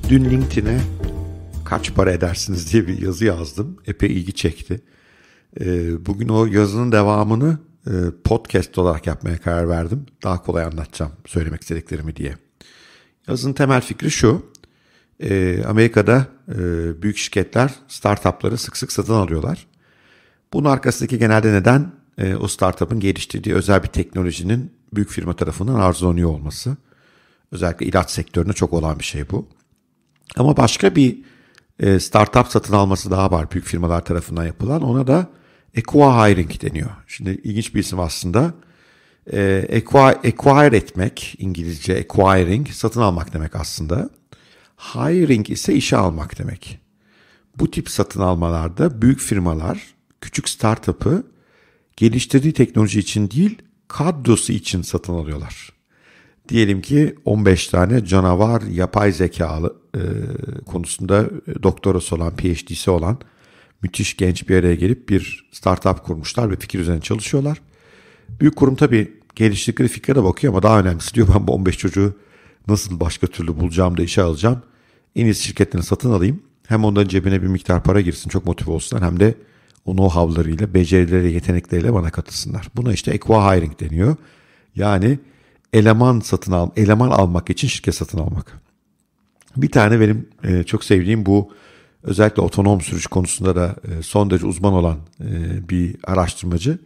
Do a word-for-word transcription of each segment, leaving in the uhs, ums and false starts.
Dün LinkedIn'e kaç para edersiniz diye bir yazı yazdım. Epey ilgi çekti. Bugün o yazının devamını podcast olarak yapmaya karar verdim. Daha kolay anlatacağım söylemek istediklerimi diye. Yazının temel fikri şu. Amerika'da büyük şirketler startupları sık sık satın alıyorlar. Bunun arkasındaki genelde neden o startup'ın geliştirdiği özel bir teknolojinin büyük firma tarafından arzulanıyor olması. Özellikle ilaç sektöründe çok olan bir şey bu. Ama başka bir startup satın alması daha var büyük firmalar tarafından yapılan. Ona da acquiring deniyor. Şimdi ilginç bir isim aslında. Acquire etmek, İngilizce acquiring, satın almak demek aslında. Hiring ise işe almak demek. Bu tip satın almalarda büyük firmalar küçük startup'ı geliştirdiği teknoloji için değil, kadrosu için satın alıyorlar. Diyelim ki on beş tane canavar yapay zekalı e, konusunda doktorası olan, P H D'si olan müthiş genç bir araya gelip bir startup kurmuşlar ve fikir üzerine çalışıyorlar. Büyük kurum tabii geliştirdikleri fikre de bakıyor ama daha önemlisi diyor ben bu on beş çocuğu nasıl başka türlü bulacağım da işe alacağım. En iyisi şirketlerini satın alayım. Hem onların cebine bir miktar para girsin, çok motive olsunlar, hem de o know-how'larıyla, becerileriyle, yetenekleriyle bana katılsınlar. Buna işte acquiring deniyor. Yani eleman satın al, eleman almak için şirket satın almak. Bir tane benim e, çok sevdiğim, bu özellikle otonom sürüş konusunda da e, son derece uzman olan e, bir araştırmacı.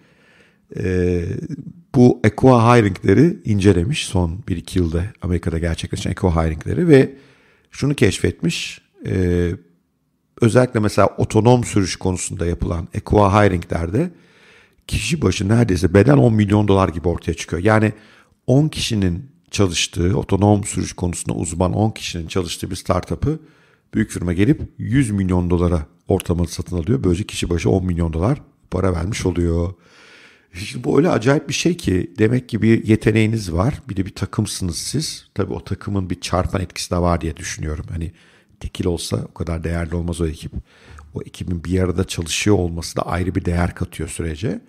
E, bu acquiring'leri incelemiş son bir iki yılda Amerika'da gerçekleşen acquiring'leri ve şunu keşfetmiş. E, özellikle mesela otonom sürüş konusunda yapılan acquiring'lerde kişi başı neredeyse bedel on milyon dolar gibi ortaya çıkıyor. Yani on kişinin çalıştığı, otonom sürüş konusunda uzman on kişinin çalıştığı bir startup'ı büyük firma gelip yüz milyon dolara ortalama satın alıyor. Böylece kişi başı on milyon dolar para vermiş oluyor. Şimdi bu öyle acayip bir şey ki, demek ki bir yeteneğiniz var. Bir de bir takımsınız siz. Tabii o takımın bir çarpan etkisi de var diye düşünüyorum. Hani tekil olsa o kadar değerli olmaz o ekip. O ekibin bir arada çalışıyor olması da ayrı bir değer katıyor sürece.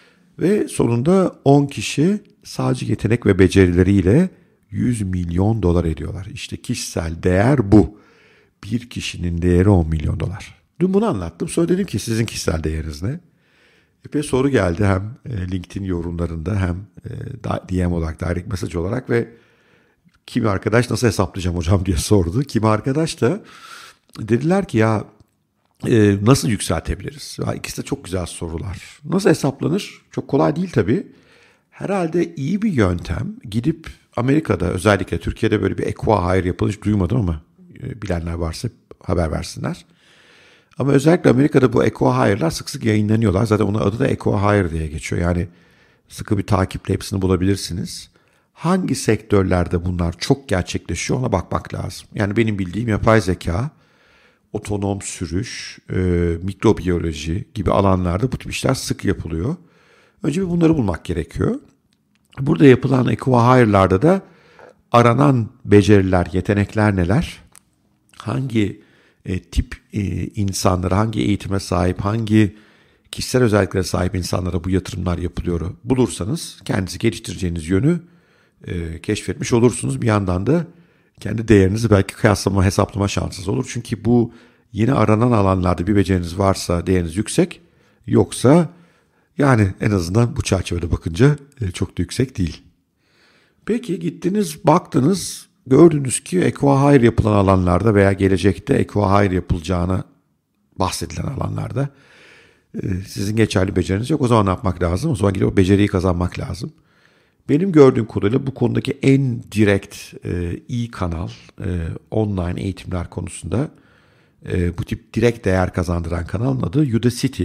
Ve sonunda on kişi sadece yetenek ve becerileriyle yüz milyon dolar ediyorlar. İşte kişisel değer bu. Bir kişinin değeri on milyon dolar. Dün bunu anlattım. Sonra dedim ki sizin kişisel değeriniz ne? Epey soru geldi hem LinkedIn yorumlarında hem D M olarak, direct mesaj olarak ve kimi arkadaş nasıl hesaplayacağım hocam diye sordu. Kimi arkadaş da dediler ki ya Ee, nasıl yükseltebiliriz? Ya, ikisi de çok güzel sorular. Nasıl hesaplanır? Çok kolay değil tabii. Herhalde iyi bir yöntem gidip Amerika'da, özellikle Türkiye'de böyle bir acquihire yapılmış hiç duymadım ama e, bilenler varsa haber versinler. Ama özellikle Amerika'da bu acquihire'lar sık sık yayınlanıyorlar. Zaten onun adı da acquihire diye geçiyor. Yani sıkı bir takiple hepsini bulabilirsiniz. Hangi sektörlerde bunlar çok gerçekleşiyor ona bakmak lazım. Yani benim bildiğim yapay zeka, otonom sürüş, e, mikrobiyoloji gibi alanlarda bu tip işler sık yapılıyor. Önce bir bunları bulmak gerekiyor. Burada yapılan acquihire'larda da aranan beceriler, yetenekler neler? Hangi e, tip e, insanlara, hangi eğitime sahip, hangi kişisel özelliklere sahip insanlara bu yatırımlar yapılıyor bulursanız kendinizi geliştireceğiniz yönü e, keşfetmiş olursunuz. Bir yandan da kendi değerinizi belki kıyaslama, hesaplama şansınız olur. Çünkü bu yeni aranan alanlarda bir beceriniz varsa değeriniz yüksek. Yoksa yani en azından bu çerçevede bakınca çok da yüksek değil. Peki gittiniz, baktınız, gördünüz ki acquihire yapılan alanlarda veya gelecekte acquihire yapılacağına bahsedilen alanlarda sizin geçerli beceriniz yok. O zaman ne yapmak lazım? O zaman gidip o beceriyi kazanmak lazım. Benim gördüğüm kadarıyla bu konudaki en direkt, e, iyi kanal e, online eğitimler konusunda e, bu tip direkt değer kazandıran kanalın adı Udacity.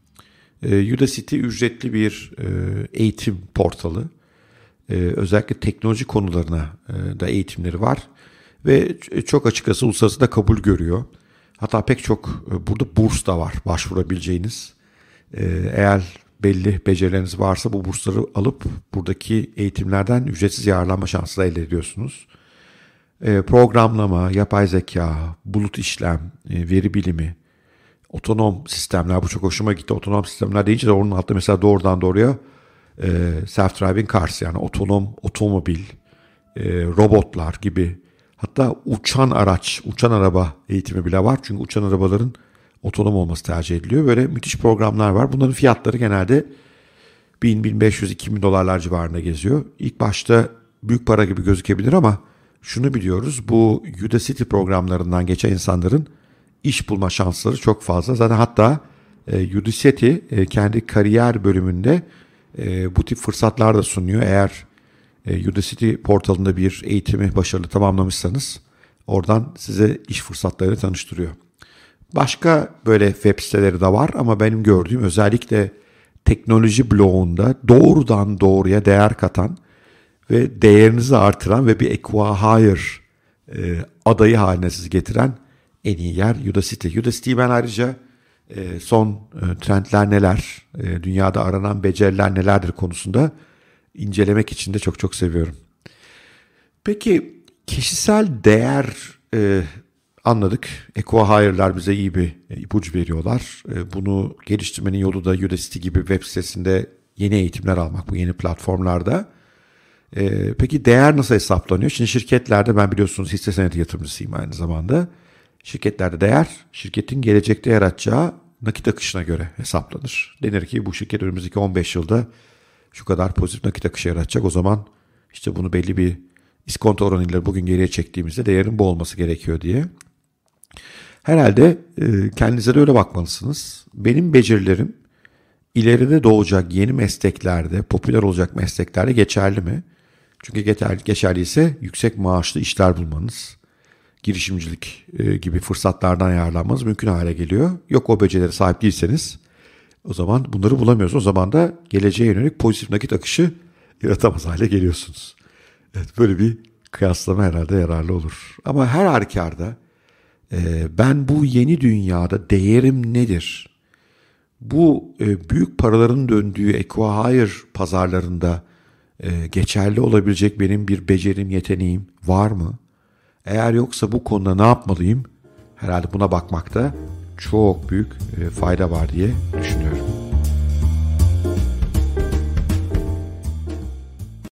E, Udacity ücretli bir e, eğitim portalı. E, özellikle teknoloji konularına e, da eğitimleri var ve çok açıkçası uluslararası da kabul görüyor. Hatta pek çok e, burada burs da var başvurabileceğiniz. E, eğer belli becerileriniz varsa bu bursları alıp buradaki eğitimlerden ücretsiz yararlanma şansı da elde ediyorsunuz. E, programlama, yapay zeka, bulut işlem, e, veri bilimi, otonom sistemler, bu çok hoşuma gitti. Otonom sistemler deyince de onun altında mesela doğrudan doğruya e, self-driving cars, yani otonom otomobil, e, robotlar gibi, Hatta uçan araç, uçan araba eğitimi bile var. Çünkü uçan arabaların otonom olması tercih ediliyor. Böyle müthiş programlar var. Bunların fiyatları genelde bin, bin beş yüz, iki bin dolarlar civarında geziyor. İlk başta büyük para gibi gözükebilir ama şunu biliyoruz. Bu Udacity programlarından geçen insanların iş bulma şansları çok fazla. Zaten hatta e, Udacity e, kendi kariyer bölümünde e, bu tip fırsatlar da sunuyor. Eğer e, Udacity portalında bir eğitimi başarılı tamamlamışsanız oradan size iş fırsatlarıyla tanıştırıyor. Başka böyle web siteleri de var ama benim gördüğüm özellikle teknoloji bloğunda doğrudan doğruya değer katan ve değerinizi artıran ve bir acqui-hire e, adayı haline sizi getiren en iyi yer Udacity. Udacity'yi ben ayrıca e, son e, trendler neler, e, dünyada aranan beceriler nelerdir konusunda incelemek için de çok çok seviyorum. Peki kişisel değer e, anladık. Acqui-hire'lar bize iyi bir ipucu veriyorlar. E, bunu geliştirmenin yolu da Udacity gibi web sitesinde yeni eğitimler almak bu yeni platformlarda. Ee, peki değer nasıl hesaplanıyor? Şimdi şirketlerde ben biliyorsunuz hisse senedi yatırımcısıyım aynı zamanda. Şirketlerde değer şirketin gelecekte yaratacağı nakit akışına göre hesaplanır. Denir ki bu şirket önümüzdeki on beş yılda şu kadar pozitif nakit akışı yaratacak. O zaman işte bunu belli bir iskonto oranıyla bugün geriye çektiğimizde değerin bu olması gerekiyor diye. Herhalde e, kendinize de öyle bakmalısınız. Benim becerilerim ileride doğacak yeni mesleklerde, popüler olacak mesleklerde geçerli mi? Çünkü geçerli ise yüksek maaşlı işler bulmanız, girişimcilik e, gibi fırsatlardan yararlanmanız mümkün hale geliyor. Yok o becerilere sahip değilseniz o zaman bunları bulamıyorsunuz. O zaman da geleceğe yönelik pozitif nakit akışı yaratamaz hale geliyorsunuz. Evet, böyle bir kıyaslama herhalde yararlı olur. Ama her halükarda e, ben bu yeni dünyada değerim nedir? Bu e, büyük paraların döndüğü acqui-hire pazarlarında e, geçerli olabilecek benim bir becerim, yeteneğim var mı? Eğer yoksa bu konuda ne yapmalıyım? Herhalde buna bakmakta çok büyük e, fayda var diye düşünüyorum.